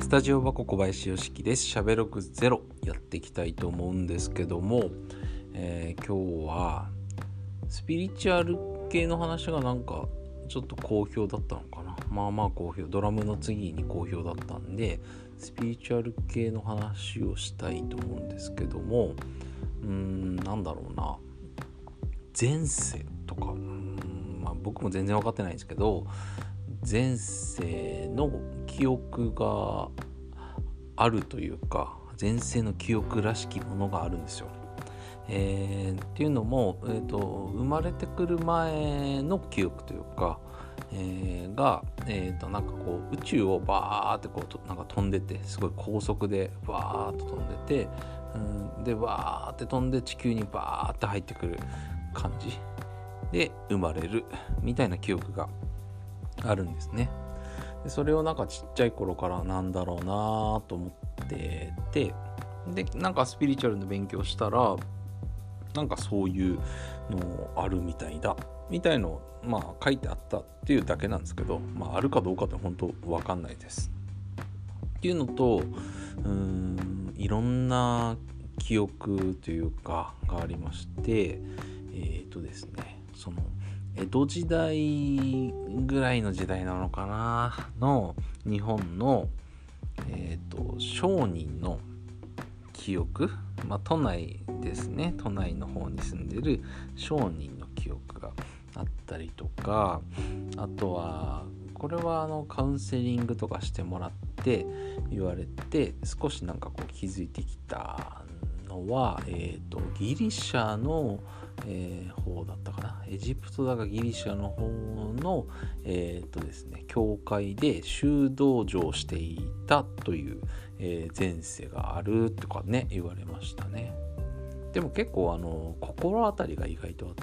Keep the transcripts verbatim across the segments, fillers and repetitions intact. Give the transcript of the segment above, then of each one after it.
タジオ箱小林よしきです。しゃべろくゼロやっていきたいと思うんですけども、えー、今日はスピリチュアル系の話がなんかちょっと好評だったのかな。まあまあ好評、ドラムの次に好評だったんでスピリチュアル系の話をしたいと思うんですけども、うーんなんだろうな、前世とか、うーん、まあ、僕も全然分かってないんですけど、前世の記憶があるというか、前世の記憶らしきものがあるんですよ。えー、っていうのも、えーと、生まれてくる前の記憶というか、えー、が、えーと、なんかこう宇宙をバーってこうなんか飛んでて、すごい高速でバーっと飛んでて、うん、でバーって飛んで地球にバーって入ってくる感じで生まれるみたいな記憶があるんですね。でそれをなんかちっちゃい頃からなんだろうなと思ってて、でなんかスピリチュアルの勉強したらなんかそういうのあるみたいだみたいのまあ書いてあったっていうだけなんですけど、まああるかどうかって本当わかんないですっていうのと、うーんいろんな記憶というかがありまして、えっとですねその江戸時代ぐらいの時代なのかなの日本の、えーと、商人の記憶、まあ、都内ですね、都内の方に住んでる商人の記憶があったりとか、あとはこれはあのカウンセリングとかしてもらって言われて少しなんかこう気づいてきたのは、えーと、ギリシャのえー、方だったかな、エジプトだかギリシャの方のえっとですね教会で修道場していたという、えー、前世があるとかね言われましたね。でも結構あの心当たりが意外とあって、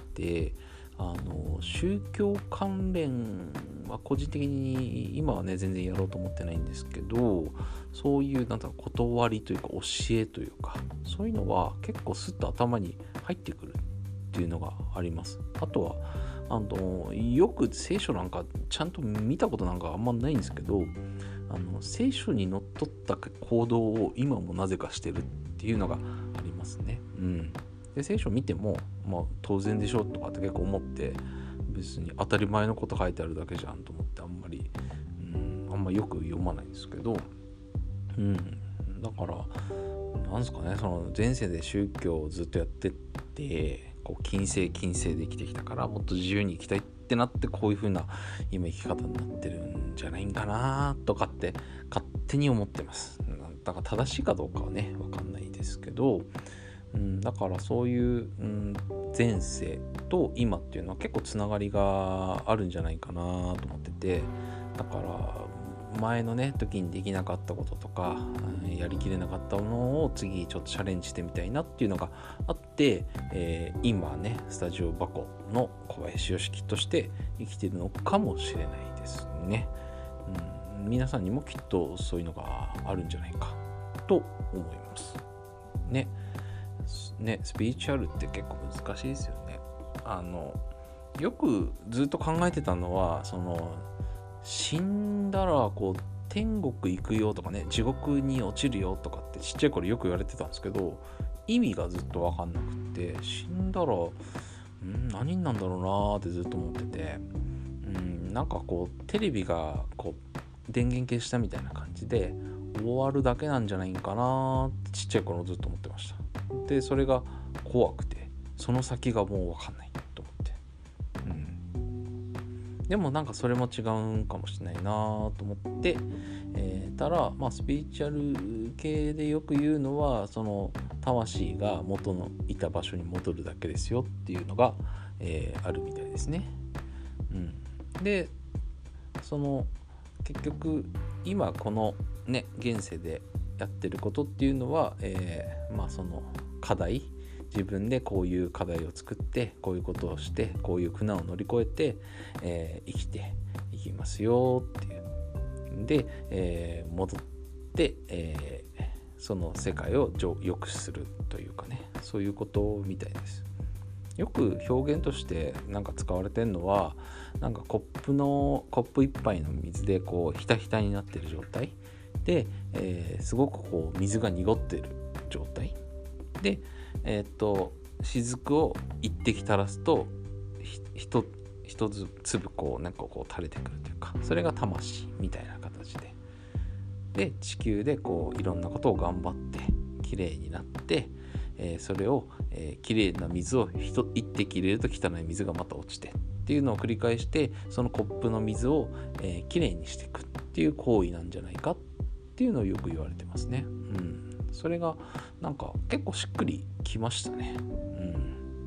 あの宗教関連は個人的に今はね全然やろうと思ってないんですけど、そういうなんだろう断りというか教えというかそういうのは結構スッと頭に入ってくるっていうのがあります。あとはあのよく聖書なんかちゃんと見たことなんかあんまないんですけど、あの聖書にのっとった行動を今もなぜかしてるっていうのがありますね。うん、で聖書見ても、まあ、当然でしょとかって結構思って、別に当たり前のこと書いてあるだけじゃんと思ってあんまり、うん、あんまよく読まないんですけど、うん、だからなんですかね、その前世で宗教をずっとやってってこう金星金星で生きてきたからもっと自由に生きたいってなって、こういう風な今生き方になってるんじゃないんかなとかって勝手に思ってます。だから正しいかどうかはね分かんないですけど、うん、だからそういう、うん、前世と今っていうのは結構つながりがあるんじゃないかなと思ってて、だから前のね時にできなかったこととか、うん、やりきれなかったものを次ちょっとチャレンジしてみたいなっていうのがあって、えー、今ねスタジオ箱の小林よしきとして生きているのかもしれないですね、うん、皆さんにもきっとそういうのがあるんじゃないかと思いますね。ね、スピリチュアルって結構難しいですよね。あのよくずっと考えてたのは、その死んだらこう天国行くよとかね、地獄に落ちるよとかってちっちゃい頃よく言われてたんですけど、意味がずっと分かんなくって、死んだらん何になんだろうなーってずっと思ってて、うんなんかこうテレビがこう電源消したみたいな感じで終わるだけなんじゃないかなってちっちゃい頃ずっと思ってました。でそれが怖くて、その先がもう分かんないと思って、うん、でもなんかそれも違うんかもしれないなと思って、えー、たら、まあ、スピリチュアル系でよく言うのは、その魂が元のいた場所に戻るだけですよっていうのが、えー、あるみたいですね、うん、でその結局今このね現世でやってることっていうのは、えー、まあその課題、自分でこういう課題を作ってこういうことをしてこういう苦難を乗り越えて、えー、生きていきますよっていうで、えー、戻って、えー、その世界を良くするというかね、そういうことみたいです。よく表現としてなんか使われてるのは、なんかコップのコップ一杯の水でこうひたひたになってる状態っで、えー、すごくこう水が濁ってる状態で、えー、っと雫を一滴垂らすとひと一粒こうなんかこう垂れてくるというか、それが魂みたいな形で、で地球でこういろんなことを頑張ってきれいになって、えー、それを、えー、きれいな水を一滴入れると汚い水がまた落ちてっていうのを繰り返して、そのコップの水を、えー、きれいにしていくっていう行為なんじゃないかっていうのをよく言われてますね。うん、それがなんか結構しっくりきましたね。うん、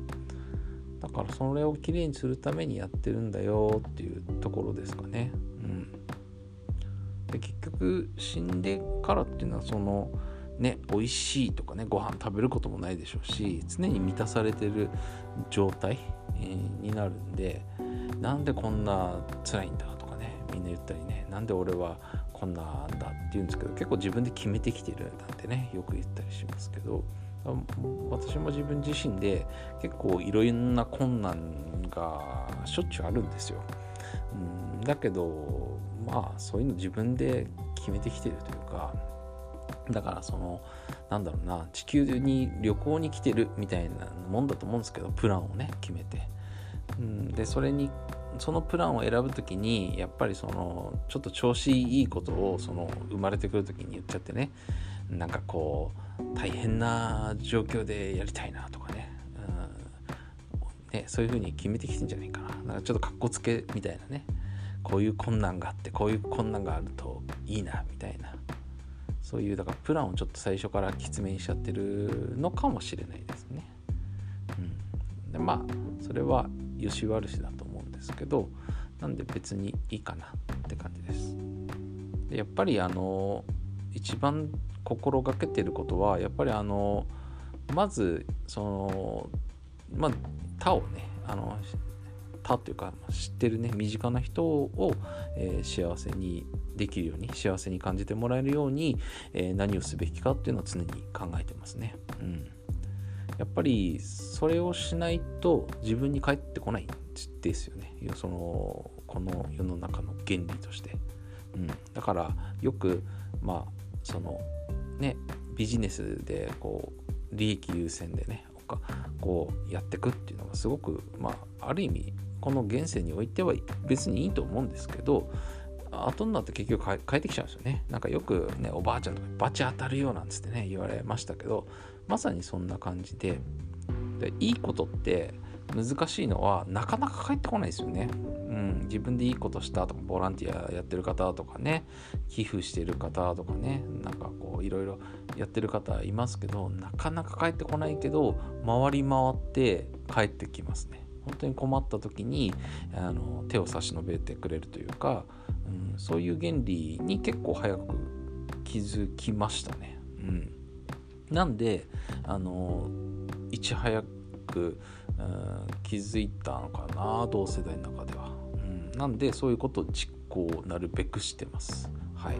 だからそれをきれいにするためにやってるんだよっていうところですかね。うん、で結局死んでからっていうのはそのね、美味しいとかね、ご飯食べることもないでしょうし、常に満たされてる状態、えー、になるんで、なんでこんな辛いんだとかね、みんな言ったりね、なんで俺はこんなんだって言うんですけど、結構自分で決めてきてるなんてね、よく言ったりしますけど、私も自分自身で結構いろんな困難がしょっちゅうあるんですよ。うん、だけどまあそういうの自分で決めてきてるというか、だからそのなんだろうな、地球に旅行に来てるみたいなもんだと思うんですけど、プランをね決めて、うん、でそれにそのプランを選ぶときにやっぱりそのちょっと調子いいことをその生まれてくるときに言っちゃってね、なんかこう大変な状況でやりたいなとかね、うん、ね、そういう風に決めてきてんじゃないかな。なんかちょっとかっこつけみたいなね、こういう困難があってこういう困難があるといいなみたいな、そういうだからプランをちょっと最初からきつめにしちゃってるのかもしれないですね。うん、でまあそれは良し悪しだと思うんですけど、なんで別にいいかなって感じです。でやっぱりあの一番心がけてることはやっぱりあのまずそのまあ他をね、あの他というか知ってるね身近な人を、えー、幸せにできるように、幸せに感じてもらえるように、えー、何をすべきかっていうのを常に考えてますね。うん、やっぱりそれをしないと自分に返ってこないんですよね。そのこの世の中の原理として。うん、だからよくまあそのねビジネスでこう利益優先でねこうやっていくっていうのがすごくまあある意味この現世においては別にいいと思うんですけど、後になって結局変えてきちゃうんですよね。なんかよくねおばあちゃんとかバチ当たるよなんつってね言われましたけど、まさにそんな感じで、でいいことって難しいのはなかなか返ってこないですよね。うん、自分でいいことしたとか、ボランティアやってる方とかね、寄付してる方とかね、なんかこういろいろやってる方いますけど、なかなか返ってこないけど回り回って返ってきますね。本当に困った時にあの手を差し伸べてくれるというか、うん、そういう原理に結構早く気づきましたね。うん、なんであのいち早く、うん、気づいたのかな、同世代の中では。うん、なんでそういうことを実行なるべくしてます。はい。うん、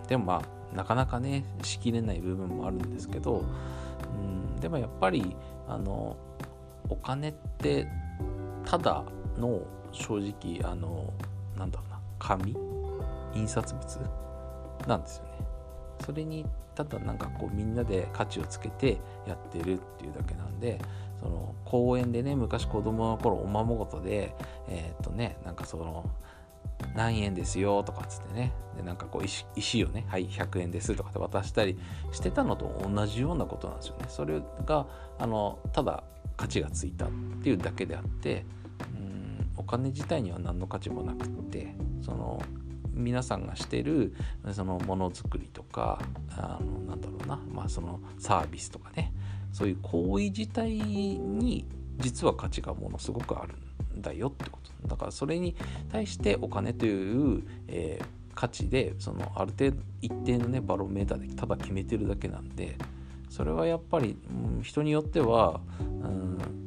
でもまあなかなかねしきれない部分もあるんですけど、うん、でもやっぱりあのお金ってただの正直あのなんだろうな紙印刷物なんですよね。それにただなんかこうみんなで価値をつけてやってるっていうだけなんで、その公園でね昔子供の頃おままごとでえー、っとねなんかその何円ですよとかつってね、でなんかこう 石, 石をねはいひゃくえんですとかで渡したりしてたのと同じようなことなんですよね。それがあのただ価値がついたっていうだけであって、うーんお金自体には何の価値もなくって、その皆さんがしてるそのものづくりとかあのなんだろうな、まあそのサービスとかね、そういう行為自体に実は価値がものすごくあるんだよってことだから、それに対してお金という、えー、価値でそのある程度一定のねバロメーターでただ決めてるだけなんで、それはやっぱり、うん、人によっては、うん、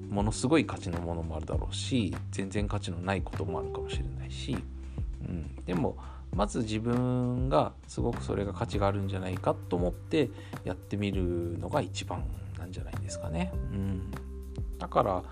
ものすごい価値のものもあるだろうし、全然価値のないこともあるかもしれないし、うん、でもまず自分がすごくそれが価値があるんじゃないかと思ってやってみるのが一番なんじゃないですかね。うん、だから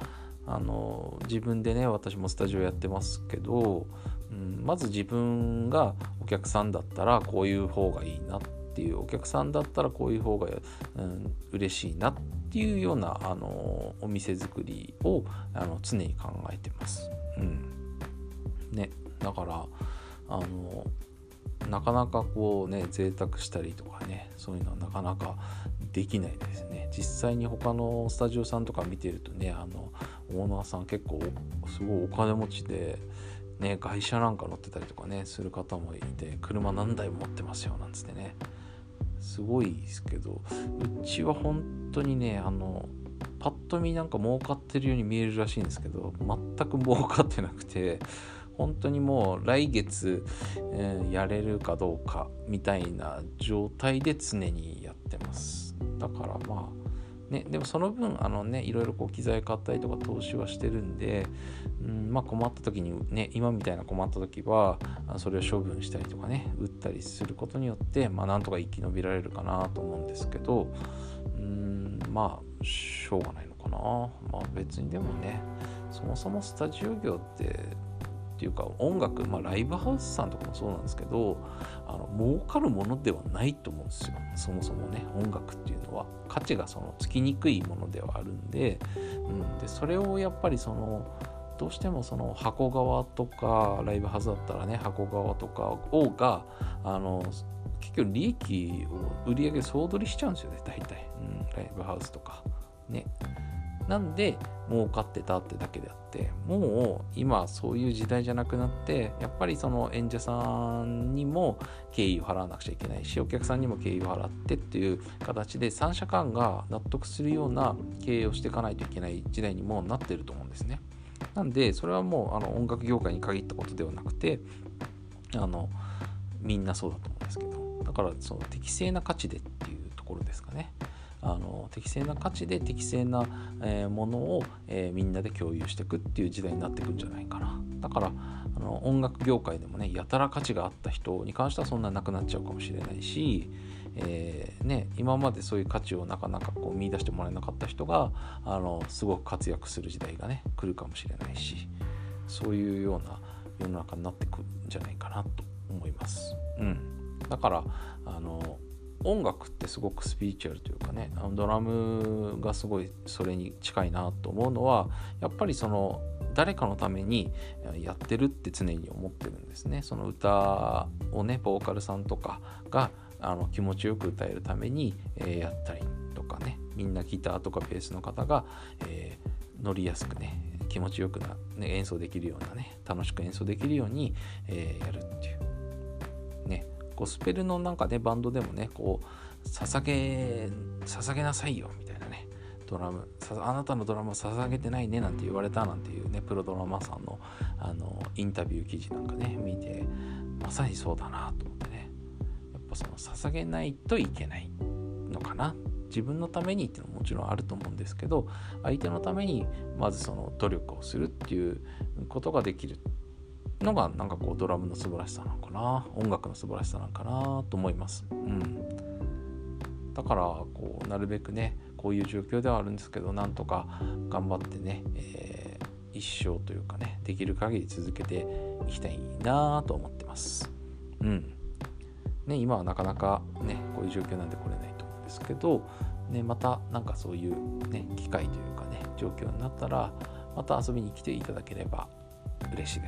あの自分でね私もスタジオやってますけど、うん、まず自分がお客さんだったらこういう方がいいなっていう、お客さんだったらこういう方が、うん、嬉しいなっていうようなあのお店作りをあの常に考えてます。うんね、だからあのなかなかこうね贅沢したりとかね、そういうのはなかなかできないですね。実際に他のスタジオさんとか見てるとね、あのオーナーさん結構すごいお金持ちでね、外車なんか乗ってたりとかねする方もいて、車何台も持ってますよなんつってね、すごいですけど、うちは本当にね、あのパッと見なんか儲かってるように見えるらしいんですけど、全く儲かってなくて、本当にもう来月、えー、やれるかどうかみたいな状態で常にやってます。だからまあね、でもその分あのねいろいろこう機材買ったりとか投資はしてるんで、うんまあ困った時にね、今みたいな困った時はそれを処分したりとかね売ったりすることによってまあなんとか生き延びられるかなと思うんですけど、うんまあしょうがないのかな。まあ別にでもね、そもそもスタジオ業ってっていうか音楽、まあ、ライブハウスさんとかもそうなんですけど、あの儲かるものではないと思うんですよ。そもそもね、音楽っていうのは価値がそのつきにくいものではあるんで、うん、でそれをやっぱりそのどうしてもその箱側とかライブハウスだったらね箱側とかをがあの結局利益を売り上げ総取りしちゃうんですよね大体、うん、ライブハウスとかね。なんで儲かってたってだけであって、もう今そういう時代じゃなくなって、やっぱりその演者さんにも敬意を払わなくちゃいけないし、お客さんにも敬意を払ってっていう形で三者間が納得するような経営をしていかないといけない時代にもなってると思うんですね。なんでそれはもうあの音楽業界に限ったことではなくて、あのみんなそうだと思うんですけど、だからその適正な価値でっていうところですかね。あの適正な価値で適正な、えー、ものを、えー、みんなで共有していくっていう時代になっていくんじゃないかな。だからあの音楽業界でもね、やたら価値があった人に関してはそんななくなっちゃうかもしれないし、えーね、今までそういう価値をなかなかこう見出してもらえなかった人があのすごく活躍する時代がね来るかもしれないし、そういうような世の中になってくるんじゃないかなと思います。うん、だからあの音楽ってすごくスピリチュアルというかね、あのドラムがすごいそれに近いなと思うのは、やっぱりその誰かのためにやってるって常に思ってるんですね。その歌をねボーカルさんとかがあの気持ちよく歌えるために、えー、やったりとかね、みんなギターとかベースの方が、えー、乗りやすくね気持ちよくな、ね、演奏できるようなね楽しく演奏できるように、えー、やるっていうね。ゴスペルのなんかねバンドでもねこう捧げ捧げなさいよみたいなね、ドラムあなたのドラムを捧げてないねなんて言われたなんていうねプロドラマーさんのあのインタビュー記事なんかね見て、まさにそうだなと思ってね、やっぱその捧げないといけないのかな。自分のためにっていうのももちろんあると思うんですけど、相手のためにまずその努力をするっていうことができるのがなんかこうドラムの素晴らしさなのかな、音楽の素晴らしさなのかなと思います。うん。だからこうなるべくねこういう状況ではあるんですけど、なんとか頑張ってね、えー、一生というかねできる限り続けていきたいなと思ってます。うん。ね今はなかなかねこういう状況なんで来れないと思うんですけど、ねまたなんかそういうね機会というかね状況になったらまた遊びに来ていただければ嬉しいです。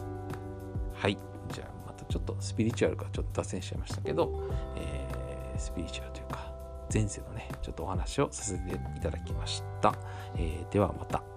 はい、じゃあまたちょっとスピリチュアルからちょっと脱線しちゃいましたけど、えー、スピリチュアルというか前世のねちょっとお話をさせていただきました。えー、ではまた。